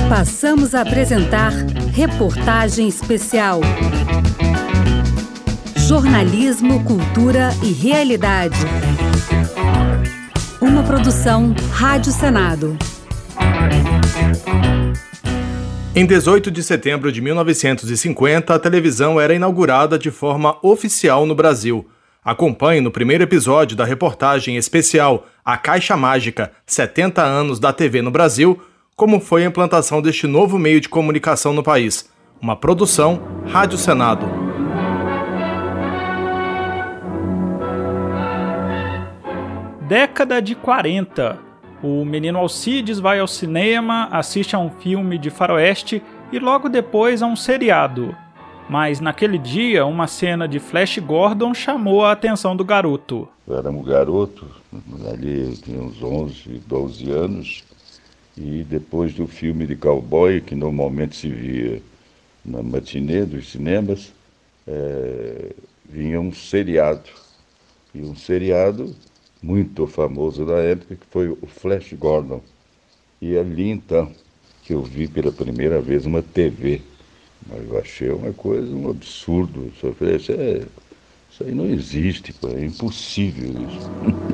Passamos a apresentar Reportagem Especial. Jornalismo, cultura e realidade. Uma produção Rádio Senado. Em 18 de setembro de 1950, a televisão era inaugurada de forma oficial no Brasil. Acompanhe no primeiro episódio da reportagem especial A Caixa Mágica, 70 anos da TV no Brasil, como foi a implantação deste novo meio de comunicação no país. Uma produção Rádio Senado. Década de 40. O menino Alcides vai ao cinema, assiste a um filme de faroeste e logo depois a um seriado. Mas naquele dia, uma cena de Flash Gordon chamou a atenção do garoto. Eu era um garoto, ali eu tinha uns 11, 12 anos, e depois do filme de cowboy, que normalmente se via na matinê dos cinemas, vinha um seriado. E um seriado muito famoso na época, que foi o Flash Gordon. E ali então que eu vi pela primeira vez uma TV. Mas eu achei uma coisa, um absurdo. Eu falei, isso aí não existe, pô, é impossível isso.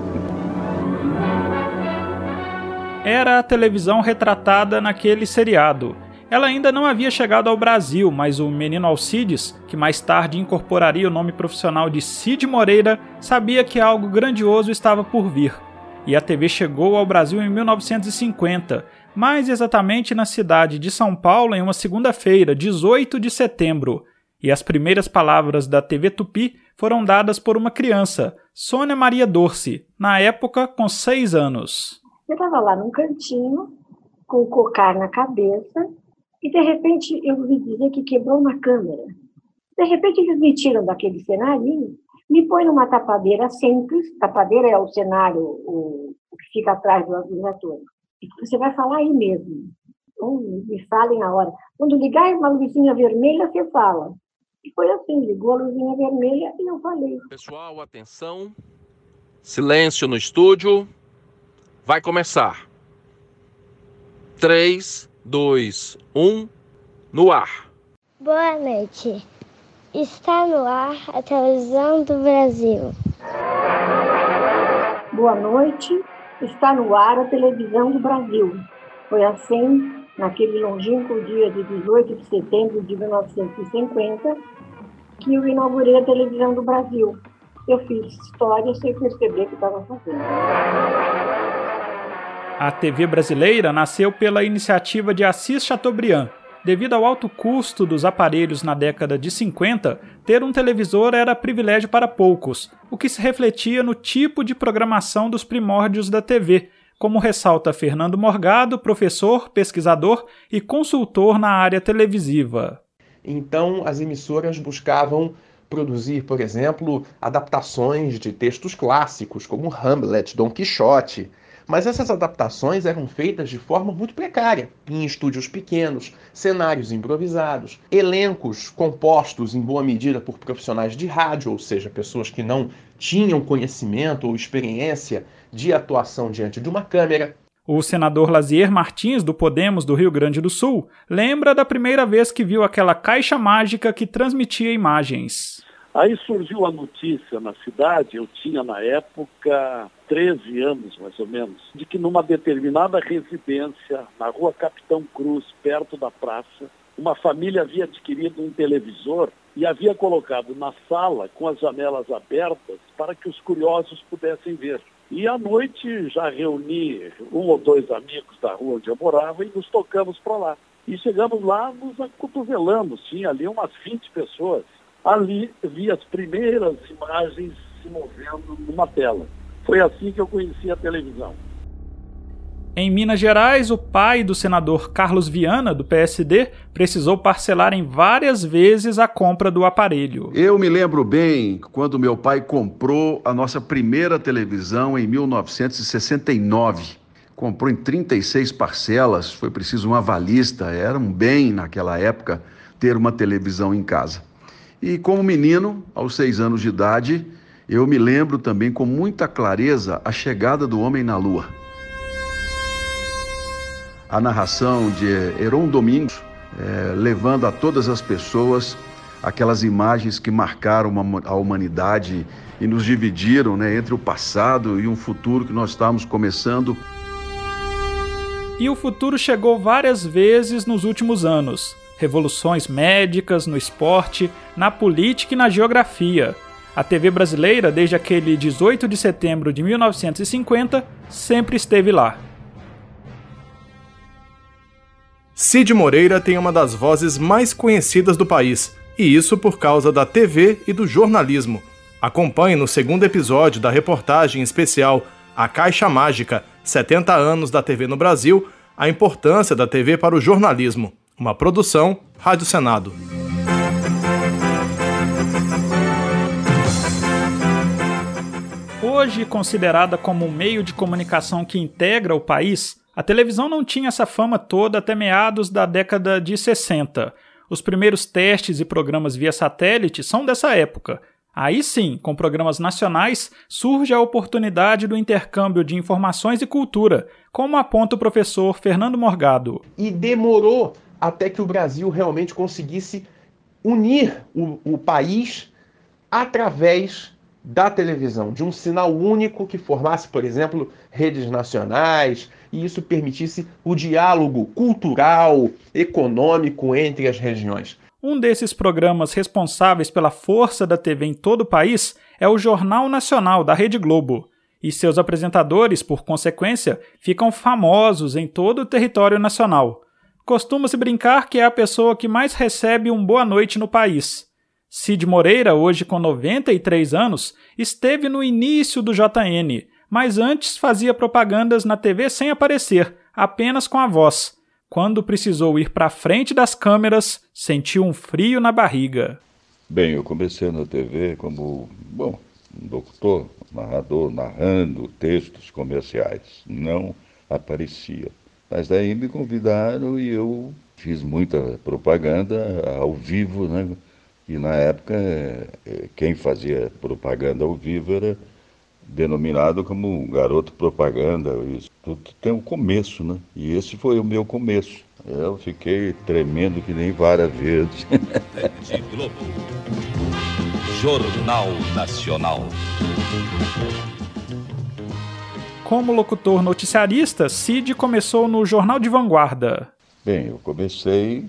Era a televisão retratada naquele seriado. Ela ainda não havia chegado ao Brasil, mas o menino Alcides, que mais tarde incorporaria o nome profissional de Cid Moreira, sabia que algo grandioso estava por vir. E a TV chegou ao Brasil em 1950, mais exatamente na cidade de São Paulo, em uma segunda-feira, 18 de setembro. E as primeiras palavras da TV Tupi foram dadas por uma criança, Sônia Maria Dorce, na época com 6 anos. Eu estava lá num cantinho, com o cocar na cabeça, e de repente eu ouvi dizer que quebrou uma câmera. De repente eles me tiram daquele cenarinho, me põem numa tapadeira simples, tapadeira é o cenário, o que fica atrás dos atores. E você vai falar aí mesmo. Então, me falem a hora. Quando ligar uma luzinha vermelha, você fala. E foi assim, ligou a luzinha vermelha e eu falei. Pessoal, atenção. Silêncio no estúdio. Vai começar. 3, 2, 1, no ar. Boa noite. Está no ar a televisão do Brasil. Boa noite. Está no ar a televisão do Brasil. Foi assim, naquele longínquo dia de 18 de setembro de 1950, que eu inaugurei a televisão do Brasil. Eu fiz história sem perceber o que estava fazendo. A TV brasileira nasceu pela iniciativa de Assis Chateaubriand. Devido ao alto custo dos aparelhos na década de 50, ter um televisor era privilégio para poucos, o que se refletia no tipo de programação dos primórdios da TV, como ressalta Fernando Morgado, professor, pesquisador e consultor na área televisiva. Então, as emissoras buscavam produzir, por exemplo, adaptações de textos clássicos, como Hamlet, Dom Quixote. Mas essas adaptações eram feitas de forma muito precária, em estúdios pequenos, cenários improvisados, elencos compostos em boa medida por profissionais de rádio, ou seja, pessoas que não tinham conhecimento ou experiência de atuação diante de uma câmera. O senador Lazier Martins, do Podemos do Rio Grande do Sul, lembra da primeira vez que viu aquela caixa mágica que transmitia imagens. Aí surgiu a notícia na cidade, eu tinha na época 13 anos mais ou menos, de que numa determinada residência, na rua Capitão Cruz, perto da praça, uma família havia adquirido um televisor e havia colocado na sala com as janelas abertas para que os curiosos pudessem ver. E à noite já reuni 1 ou 2 amigos da rua onde eu morava e nos tocamos para lá. E chegamos lá, nos acotovelamos, tinha ali umas 20 pessoas. Ali vi as primeiras imagens se movendo numa tela. Foi assim que eu conheci a televisão. Em Minas Gerais, o pai do senador Carlos Viana, do PSD, precisou parcelar em várias vezes a compra do aparelho. Eu me lembro bem quando meu pai comprou a nossa primeira televisão em 1969. Comprou em 36 parcelas, foi preciso um avalista, era um bem naquela época ter uma televisão em casa. E como menino, aos 6 anos de idade, eu me lembro também com muita clareza a chegada do homem na Lua. a narração de Heron Domingos, levando a todas as pessoas aquelas imagens que marcaram a humanidade e nos dividiram, né, entre o passado e um futuro que nós estávamos começando. E o futuro chegou várias vezes nos últimos anos. Revoluções médicas, no esporte, na política e na geografia. A TV brasileira, desde aquele 18 de setembro de 1950, sempre esteve lá. Cid Moreira tem uma das vozes mais conhecidas do país, e isso por causa da TV e do jornalismo. Acompanhe no segundo episódio da reportagem especial A Caixa Mágica, 70 anos da TV no Brasil, a importância da TV para o jornalismo. Uma produção Rádio Senado. Hoje considerada como um meio de comunicação que integra o país, a televisão não tinha essa fama toda até meados da década de 60. Os primeiros testes e programas via satélite são dessa época. Aí sim, com programas nacionais, surge a oportunidade do intercâmbio de informações e cultura, como aponta o professor Fernando Morgado. E demorou até que o Brasil realmente conseguisse unir o país através da televisão, de um sinal único que formasse, por exemplo, redes nacionais, e isso permitisse o diálogo cultural, econômico entre as regiões. Um desses programas responsáveis pela força da TV em todo o país é o Jornal Nacional da Rede Globo. E seus apresentadores, por consequência, ficam famosos em todo o território nacional. Costuma-se brincar que é a pessoa que mais recebe um boa noite no país. Cid Moreira, hoje com 93 anos, esteve no início do JN, mas antes fazia propagandas na TV sem aparecer, apenas com a voz. Quando precisou ir para a frente das câmeras, sentiu um frio na barriga. Bem, eu comecei na TV como, um locutor, narrador, narrando textos comerciais. Não aparecia. Mas daí me convidaram e eu fiz muita propaganda ao vivo, né? E na época, quem fazia propaganda ao vivo era denominado como garoto propaganda. Isso tudo tem um começo, né? E esse foi o meu começo. Eu fiquei tremendo que nem vara verde. Rede Globo. Jornal Nacional. Como locutor noticiarista, Cid começou no Jornal de Vanguarda. Bem, eu comecei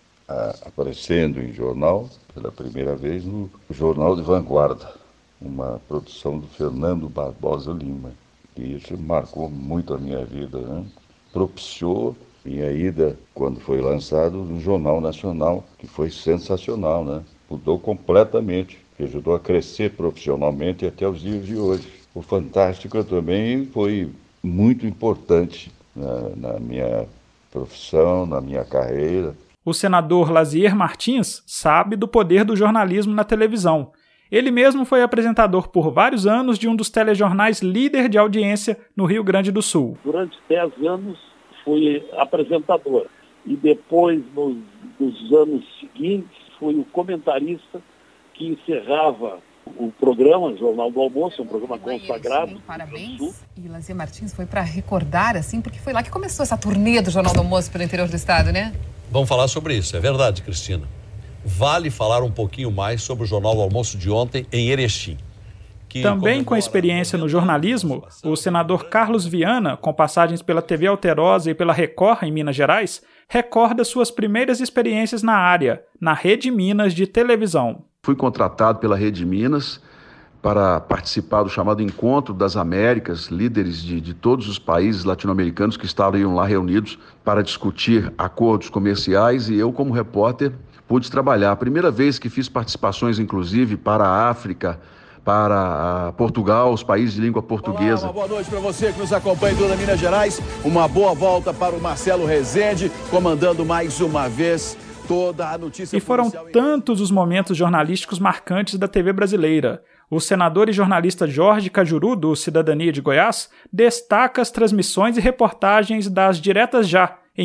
aparecendo em jornal pela primeira vez no Jornal de Vanguarda, uma produção do Fernando Barbosa Lima. E isso marcou muito a minha vida, né? Propiciou minha ida, quando foi lançado, no Jornal Nacional, que foi sensacional, né? Mudou completamente, que ajudou a crescer profissionalmente até os dias de hoje. O Fantástico também foi muito importante na minha profissão, na minha carreira. O senador Lazier Martins sabe do poder do jornalismo na televisão. Ele mesmo foi apresentador por vários anos de um dos telejornais líder de audiência no Rio Grande do Sul. Durante 10 anos fui apresentador e depois, nos anos seguintes, fui o comentarista que encerrava o programa Jornal do Almoço, um programa consagrado. Sim, parabéns. E Lazier Martins foi para recordar, assim, porque foi lá que começou essa turnê do Jornal do Almoço pelo interior do estado, né? Vamos falar sobre isso, é verdade, Cristina. Vale falar um pouquinho mais sobre o Jornal do Almoço de ontem em Erechim. Também com experiência no jornalismo, o senador Carlos Viana, com passagens pela TV Alterosa e pela Record em Minas Gerais, recorda suas primeiras experiências na área, na Rede Minas de televisão. Fui contratado pela Rede Minas para participar do chamado Encontro das Américas, líderes de todos os países latino-americanos que estariam lá reunidos para discutir acordos comerciais, e eu, como repórter, pude trabalhar. A primeira vez que fiz participações, inclusive, para a África, para Portugal, os países de língua portuguesa. Olá, uma boa noite para você que nos acompanha em toda Minas Gerais. Uma boa volta para o Marcelo Rezende, comandando mais uma vez toda a notícia. E foram tantos os momentos jornalísticos marcantes da TV brasileira. O senador e jornalista Jorge Cajuru, do Cidadania de Goiás, destaca as transmissões e reportagens das Diretas Já, em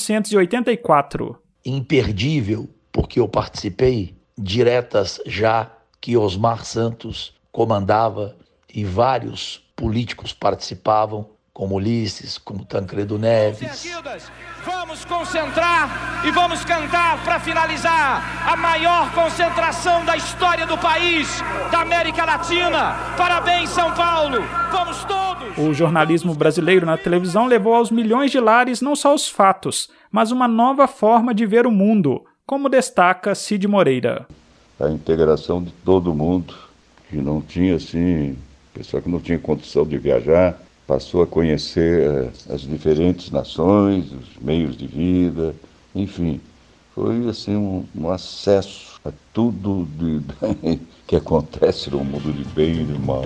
1984. Imperdível, porque eu participei, Diretas Já, que Osmar Santos comandava e vários políticos participavam, como Ulisses, como Tancredo Neves. Vamos concentrar e vamos cantar para finalizar a maior concentração da história do país, da América Latina. Parabéns, São Paulo! Vamos todos! O jornalismo brasileiro na televisão levou aos milhões de lares não só os fatos, mas uma nova forma de ver o mundo, como destaca Cid Moreira. A integração de todo mundo, que não tinha, assim, pessoa que não tinha condição de viajar, passou a conhecer as diferentes nações, os meios de vida, enfim, foi assim um acesso a tudo que acontece no mundo de bem e de mal.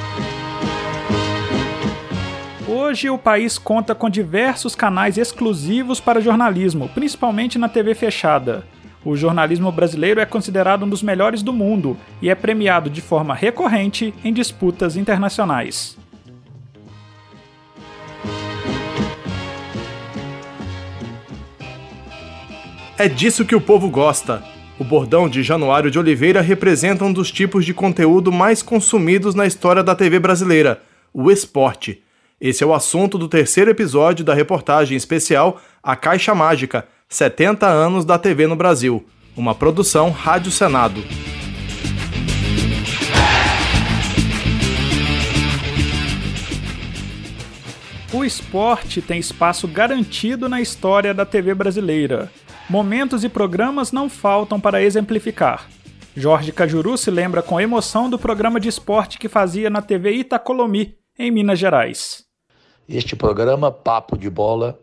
Hoje o país conta com diversos canais exclusivos para jornalismo, principalmente na TV fechada. O jornalismo brasileiro é considerado um dos melhores do mundo e é premiado de forma recorrente em disputas internacionais. É disso que o povo gosta. O bordão de Januário de Oliveira representa um dos tipos de conteúdo mais consumidos na história da TV brasileira, o esporte. Esse é o assunto do terceiro episódio da reportagem especial A Caixa Mágica, 70 anos da TV no Brasil, uma produção Rádio Senado. O esporte tem espaço garantido na história da TV brasileira. Momentos e programas não faltam para exemplificar. Jorge Cajuru se lembra com emoção do programa de esporte que fazia na TV Itacolomi, em Minas Gerais. Este programa, Papo de Bola,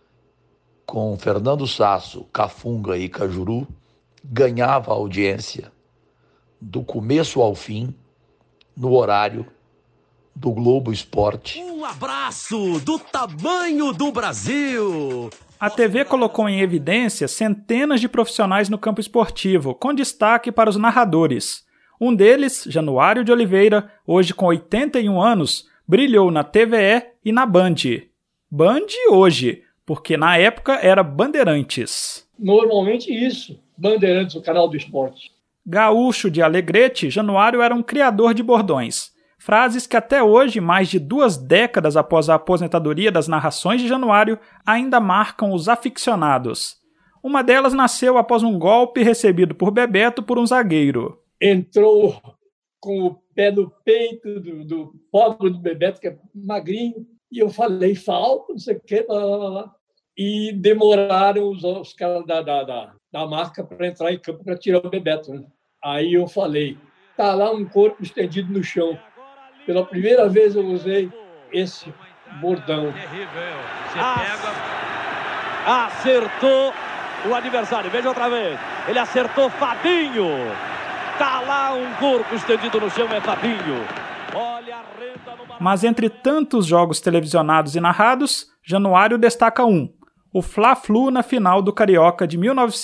com Fernando Sasso, Cafunga e Cajuru, ganhava audiência do começo ao fim, no horário do Globo Esporte. Um abraço do tamanho do Brasil! A TV colocou em evidência centenas de profissionais no campo esportivo, com destaque para os narradores. Um deles, Januário de Oliveira, hoje com 81 anos, brilhou na TVE e na Band. Band hoje, porque na época era Bandeirantes. Normalmente isso, Bandeirantes, o canal do esporte. Gaúcho de Alegrete, Januário era um criador de bordões. Frases que até hoje, mais de 2 décadas após a aposentadoria das narrações de Januário, ainda marcam os aficionados. Uma delas nasceu após um golpe recebido por Bebeto por um zagueiro. Entrou com o pé no peito do pobre do Bebeto, que é magrinho, e eu falei, falta, não sei o quê, blá, blá, blá. E demoraram os caras da marca para entrar em campo para tirar o Bebeto. Né? Aí eu falei, tá lá um corpo estendido no chão. Pela primeira vez eu usei esse bordão. Terrível. Você pega... Acertou o adversário. Veja outra vez. Ele acertou Fabinho. Tá lá um corpo estendido no chão, é Fabinho. Olha a renda no... Mas entre tantos jogos televisionados e narrados, Januário destaca um. O Fla-Flu na final do Carioca de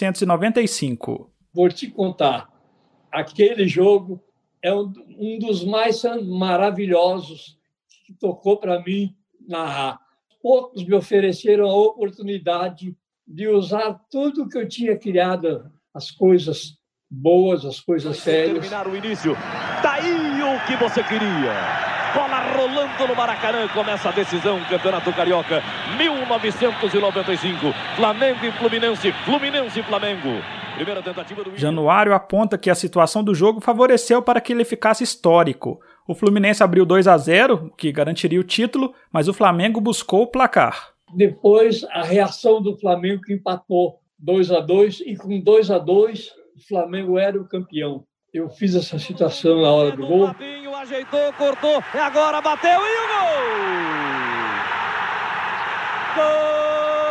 1995. Vou te contar. Aquele jogo é um dos mais maravilhosos que tocou para mim narrar. Poucos me ofereceram a oportunidade de usar tudo que eu tinha criado, as coisas boas, as coisas sérias. Terminar o início. Daí o que você queria. Bola rolando no Maracanã. Começa a decisão, Campeonato Carioca 1995. Flamengo e Fluminense. Fluminense e Flamengo. Primeira tentativa do... Januário aponta que a situação do jogo favoreceu para que ele ficasse histórico. O Fluminense abriu 2-0, que garantiria o título, mas o Flamengo buscou o placar. Depois, a reação do Flamengo que empatou 2-2, e com 2-2, o Flamengo era o campeão. Eu fiz essa situação na hora do gol. Fabinho ajeitou, cortou, e agora bateu e o gol! Gol!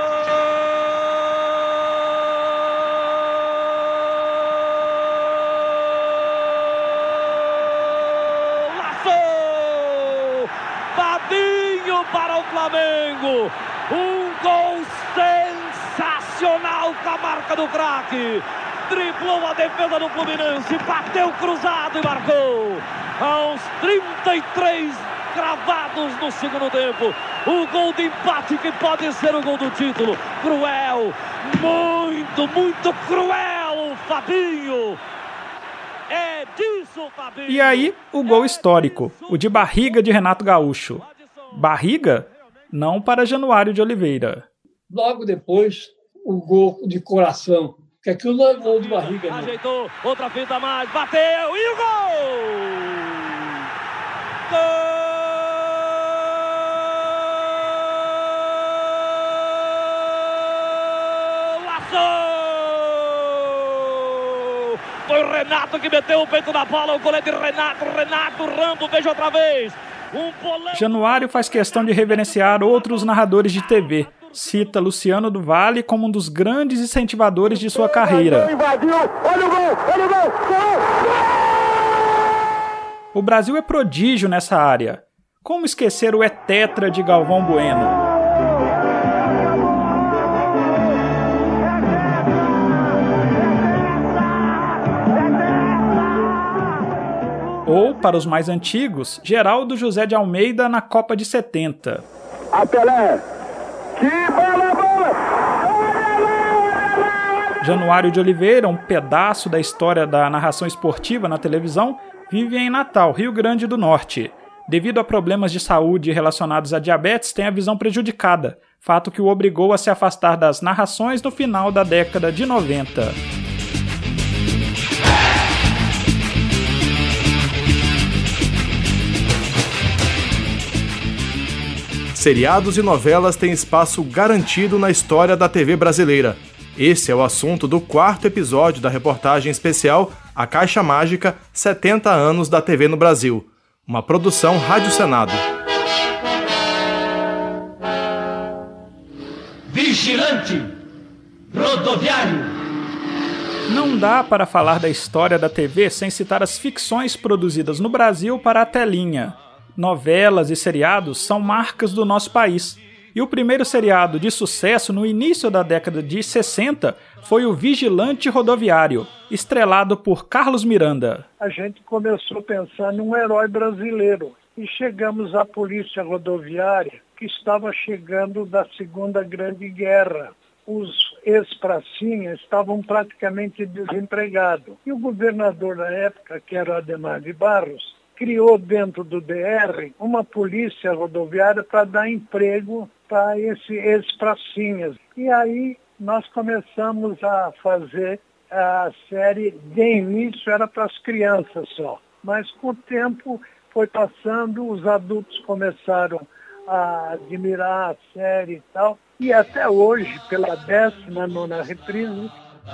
Para o Flamengo, um gol sensacional com a marca do craque, driblou a defesa do Fluminense, bateu cruzado e marcou, aos 33 cravados no segundo tempo, o gol de empate que pode ser o gol do título, cruel, muito cruel, Fabinho. É disso, Fabinho. E aí, o gol histórico, o de barriga de Renato Gaúcho. Barriga? não para Januário de Oliveira. Logo depois, o gol de coração, que aquilo não é gol de barriga. Não. Ajeitou, outra finta mais, bateu e o gol! Gol! Foi o Renato que meteu o peito na bola, o goleiro de Renato Rambo, veja outra vez. Januário faz questão de reverenciar outros narradores de TV. Cita Luciano do Vale como um dos grandes incentivadores de sua carreira. O Brasil é prodígio nessa área. Como esquecer o tetra de Galvão Bueno? Ou, para os mais antigos, Geraldo José de Almeida na Copa de 70. A Pelé! Que bola! Januário de Oliveira, um pedaço da história da narração esportiva na televisão, vive em Natal, Rio Grande do Norte. Devido a problemas de saúde relacionados à diabetes, tem a visão prejudicada, fato que o obrigou a se afastar das narrações no final da década de 90. Seriados e novelas têm espaço garantido na história da TV brasileira. Esse é o assunto do 4º episódio da reportagem especial A Caixa Mágica, 70 anos da TV no Brasil. Uma produção Rádio Senado. Vigilante rodoviário. Não dá para falar da história da TV sem citar as ficções produzidas no Brasil para a telinha. Novelas e seriados são marcas do nosso país. E o primeiro seriado de sucesso no início da década de 60 foi o Vigilante Rodoviário, estrelado por Carlos Miranda. A gente começou a pensar num herói brasileiro e chegamos à Polícia Rodoviária, que estava chegando da Segunda Grande Guerra. Os ex-pracinhas estavam praticamente desempregados. E o governador da época, que era Ademar de Barros, criou dentro do DR uma polícia rodoviária para dar emprego para esses ex-pracinhas. E aí nós começamos a fazer a série, de início era para as crianças só, mas com o tempo foi passando, os adultos começaram a admirar a série e tal, e até hoje, pela 19ª reprise,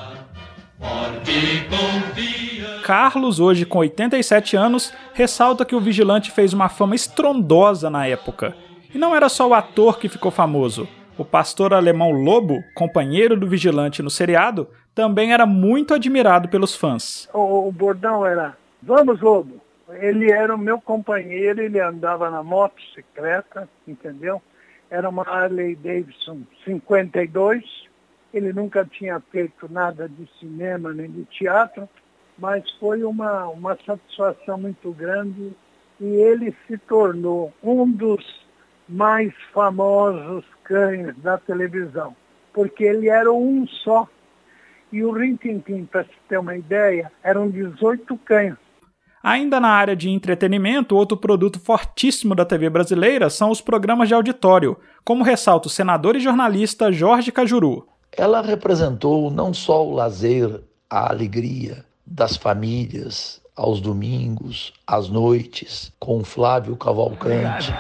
Carlos, hoje com 87 anos, ressalta que o Vigilante fez uma fama estrondosa na época. E não era só o ator que ficou famoso. O pastor alemão Lobo, companheiro do Vigilante no seriado, também era muito admirado pelos fãs. O bordão era, vamos Lobo. Ele era o meu companheiro, ele andava na motocicleta, entendeu? Era uma Harley Davidson 52. Ele nunca tinha feito nada de cinema nem de teatro, mas foi uma satisfação muito grande e ele se tornou um dos mais famosos cães da televisão, porque ele era um só. E o Rin-Tin-Tin, para se ter uma ideia, eram 18 cães. Ainda na área de entretenimento, outro produto fortíssimo da TV brasileira são os programas de auditório, como ressalta o senador e jornalista Jorge Cajuru. Ela representou não só o lazer, a alegria das famílias, aos domingos, às noites, com Flávio Cavalcante.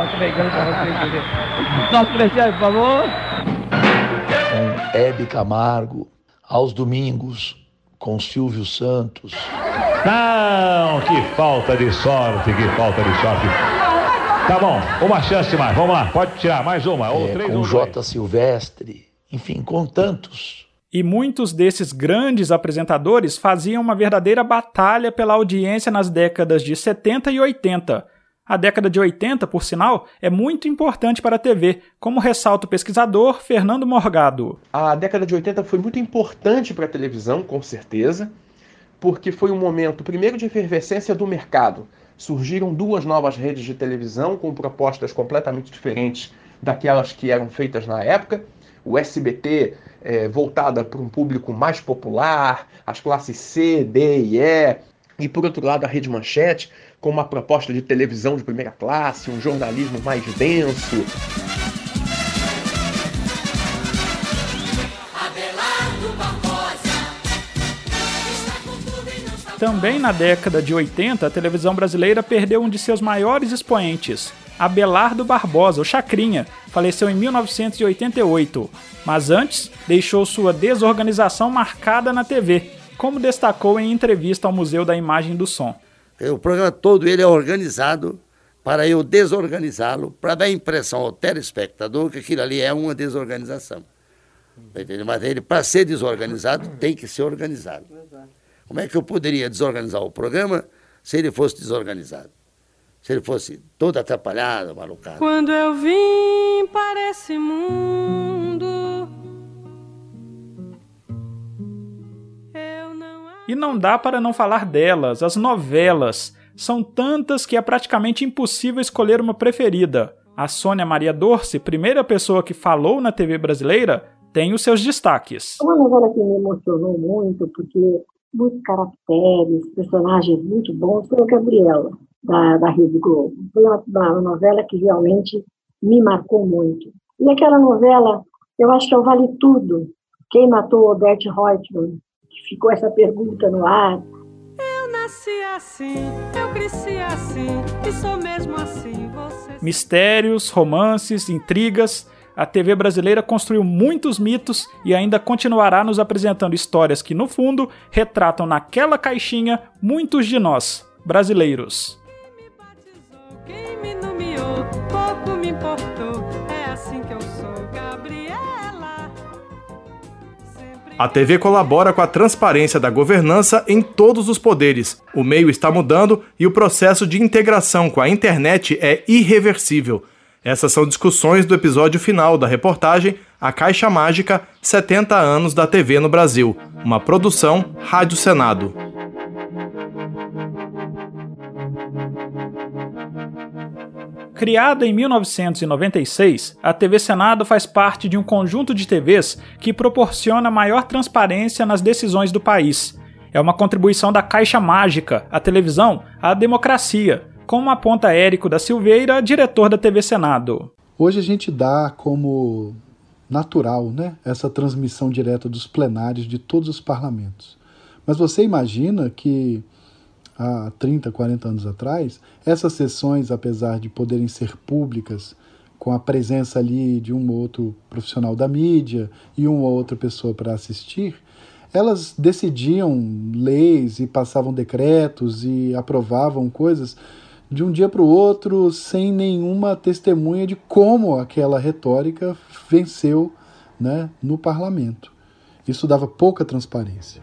Nosso comercial, por favor. Com Hebe Camargo, aos domingos, com Silvio Santos. Não, que falta de sorte, Tá bom, uma chance mais, vamos lá, pode tirar mais uma. Ou três, com ou J. dois. Silvestre, enfim, com tantos. E muitos desses grandes apresentadores faziam uma verdadeira batalha pela audiência nas décadas de 70 e 80. A década de 80, por sinal, é muito importante para a TV, como ressalta o pesquisador Fernando Morgado. A década de 80 foi muito importante para a televisão, com certeza, porque foi um momento, primeiro, de efervescência do mercado. Surgiram duas novas redes de televisão com propostas completamente diferentes daquelas que eram feitas na época. O SBT, voltada para um público mais popular, as classes C, D e E. E, por outro lado, a Rede Manchete, com uma proposta de televisão de primeira classe, um jornalismo mais denso. Também na década de 80, a televisão brasileira perdeu um de seus maiores expoentes, Abelardo Barbosa, o Chacrinha, faleceu em 1988, mas antes deixou sua desorganização marcada na TV, como destacou em entrevista ao Museu da Imagem e do Som. O programa todo ele é organizado para eu desorganizá-lo, para dar a impressão ao telespectador que aquilo ali é uma desorganização. Mas ele, para ser desorganizado, tem que ser organizado. Como é que eu poderia desorganizar o programa se ele fosse desorganizado? Se ele fosse todo atrapalhado, malucado. Quando eu vim para esse mundo, E não dá para não falar delas, as novelas. São tantas que é praticamente impossível escolher uma preferida. A Sônia Maria Dorce, primeira pessoa que falou na TV brasileira, tem os seus destaques. Uma novela que me emocionou muito, porque muitos caracteres, personagens muito bons, foi a Gabriela, da Rede Globo. Foi uma novela que realmente me marcou muito. E aquela novela, eu acho que é o Vale Tudo. Quem matou Odete Roitman? Ficou essa pergunta no ar. Eu nasci assim, eu cresci assim, e sou mesmo assim, você... Mistérios, romances, intrigas... A TV brasileira construiu muitos mitos e ainda continuará nos apresentando histórias que, no fundo, retratam naquela caixinha muitos de nós, brasileiros. Quem me nomeou, pouco me importou, é assim que eu sou, Gabriela. A TV colabora com a transparência da governança em todos os poderes. O meio está mudando e o processo de integração com a internet é irreversível. Essas são discussões do episódio final da reportagem A Caixa Mágica, 70 anos da TV no Brasil, uma produção Rádio Senado. Criada em 1996, a TV Senado faz parte de um conjunto de TVs que proporciona maior transparência nas decisões do país. É uma contribuição da Caixa Mágica, a televisão, à democracia, como aponta Érico da Silveira, diretor da TV Senado. Hoje a gente dá como natural, né, essa transmissão direta dos plenários de todos os parlamentos. Mas você imagina que há 30, 40 anos atrás, essas sessões, apesar de poderem ser públicas, com a presença ali de um ou outro profissional da mídia e uma ou outra pessoa para assistir, elas decidiam leis e passavam decretos e aprovavam coisas de um dia para o outro, sem nenhuma testemunha de como aquela retórica venceu, né, no parlamento. Isso dava pouca transparência.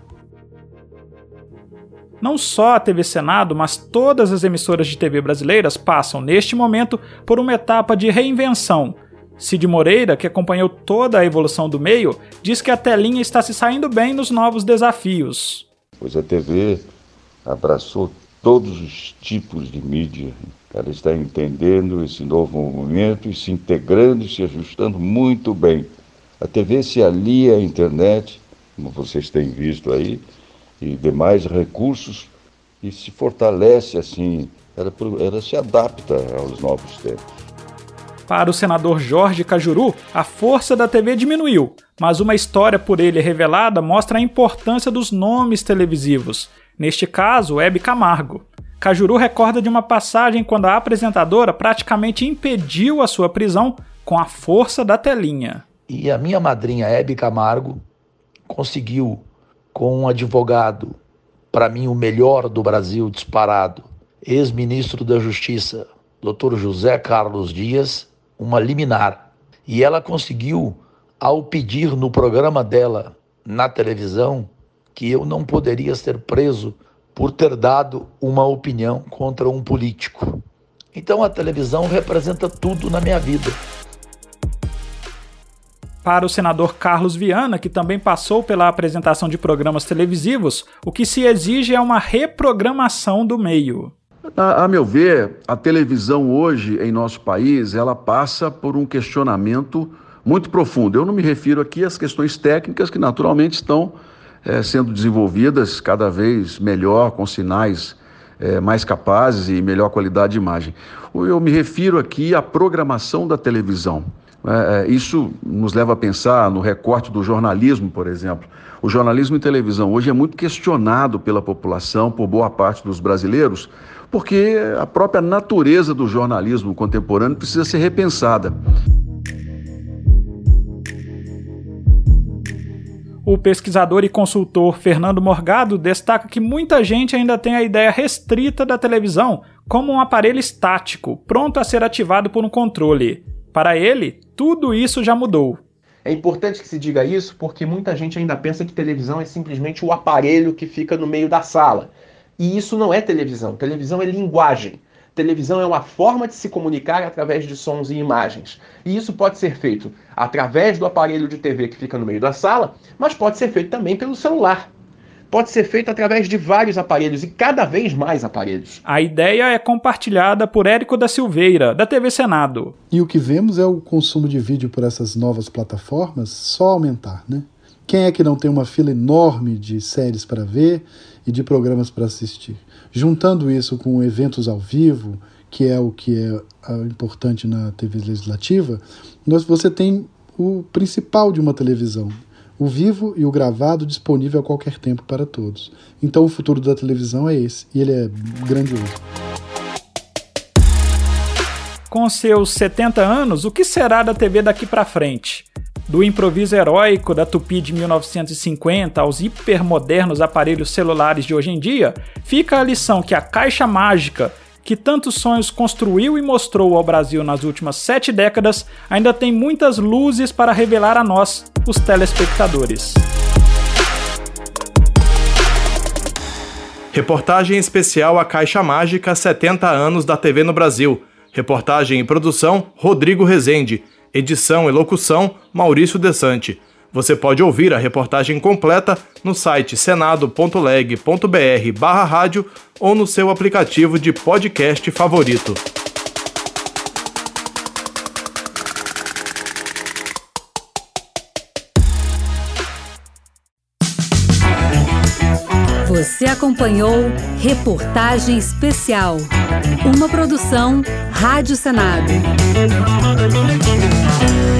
Não só a TV Senado, mas todas as emissoras de TV brasileiras passam, neste momento, por uma etapa de reinvenção. Cid Moreira, que acompanhou toda a evolução do meio, diz que a telinha está se saindo bem nos novos desafios. Pois a TV abraçou todos os tipos de mídia. Ela está entendendo esse novo momento e se integrando e se ajustando muito bem. A TV se alia à internet, como vocês têm visto aí, e demais recursos, e se fortalece assim, ela se adapta aos novos tempos. Para o senador Jorge Cajuru, a força da TV diminuiu, mas uma história por ele revelada mostra a importância dos nomes televisivos. Neste caso, Hebe Camargo. Cajuru recorda de uma passagem quando a apresentadora praticamente impediu a sua prisão com a força da telinha. E a minha madrinha, Hebe Camargo, conseguiu, com um advogado, para mim o melhor do Brasil, disparado, ex-ministro da Justiça, Dr. José Carlos Dias, uma liminar. E ela conseguiu, ao pedir no programa dela, na televisão, que eu não poderia ser preso por ter dado uma opinião contra um político. Então a televisão representa tudo na minha vida. Para o senador Carlos Viana, que também passou pela apresentação de programas televisivos, o que se exige é uma reprogramação do meio. A meu ver, a televisão hoje em nosso país, ela passa por um questionamento muito profundo. Eu não me refiro aqui às questões técnicas que naturalmente estão sendo desenvolvidas cada vez melhor, com sinais mais capazes e melhor qualidade de imagem. Eu me refiro aqui à programação da televisão. Isso nos leva a pensar no recorte do jornalismo, por exemplo. O jornalismo em televisão hoje é muito questionado pela população, por boa parte dos brasileiros, porque a própria natureza do jornalismo contemporâneo precisa ser repensada. O pesquisador e consultor Fernando Morgado destaca que muita gente ainda tem a ideia restrita da televisão como um aparelho estático, pronto a ser ativado por um controle. Para ele, tudo isso já mudou. É importante que se diga isso porque muita gente ainda pensa que televisão é simplesmente o aparelho que fica no meio da sala. E isso não é televisão. Televisão é linguagem. Televisão é uma forma de se comunicar através de sons e imagens. E isso pode ser feito através do aparelho de TV que fica no meio da sala, mas pode ser feito também pelo celular. Pode ser feito através de vários aparelhos e cada vez mais aparelhos. A ideia é compartilhada por Érico da Silveira, da TV Senado. E o que vemos é o consumo de vídeo por essas novas plataformas só aumentar, né? Quem é que não tem uma fila enorme de séries para ver e de programas para assistir? Juntando isso com eventos ao vivo, que é importante na TV legislativa, você tem o principal de uma televisão, o vivo e o gravado disponível a qualquer tempo para todos. Então o futuro da televisão é esse, e ele é grandioso. Com seus 70 anos, o que será da TV daqui para frente? Do improviso heróico da Tupi de 1950 aos hipermodernos aparelhos celulares de hoje em dia, fica a lição que a caixa mágica, que tantos sonhos construiu e mostrou ao Brasil nas últimas 7 décadas, ainda tem muitas luzes para revelar a nós, os telespectadores. Reportagem especial A Caixa Mágica 70 anos da TV no Brasil. Reportagem e produção Rodrigo Rezende. Edição e locução Maurício Desante. Você pode ouvir a reportagem completa no site senado.leg.br/rádio ou no seu aplicativo de podcast favorito. Você acompanhou Reportagem Especial, uma produção Rádio Senado.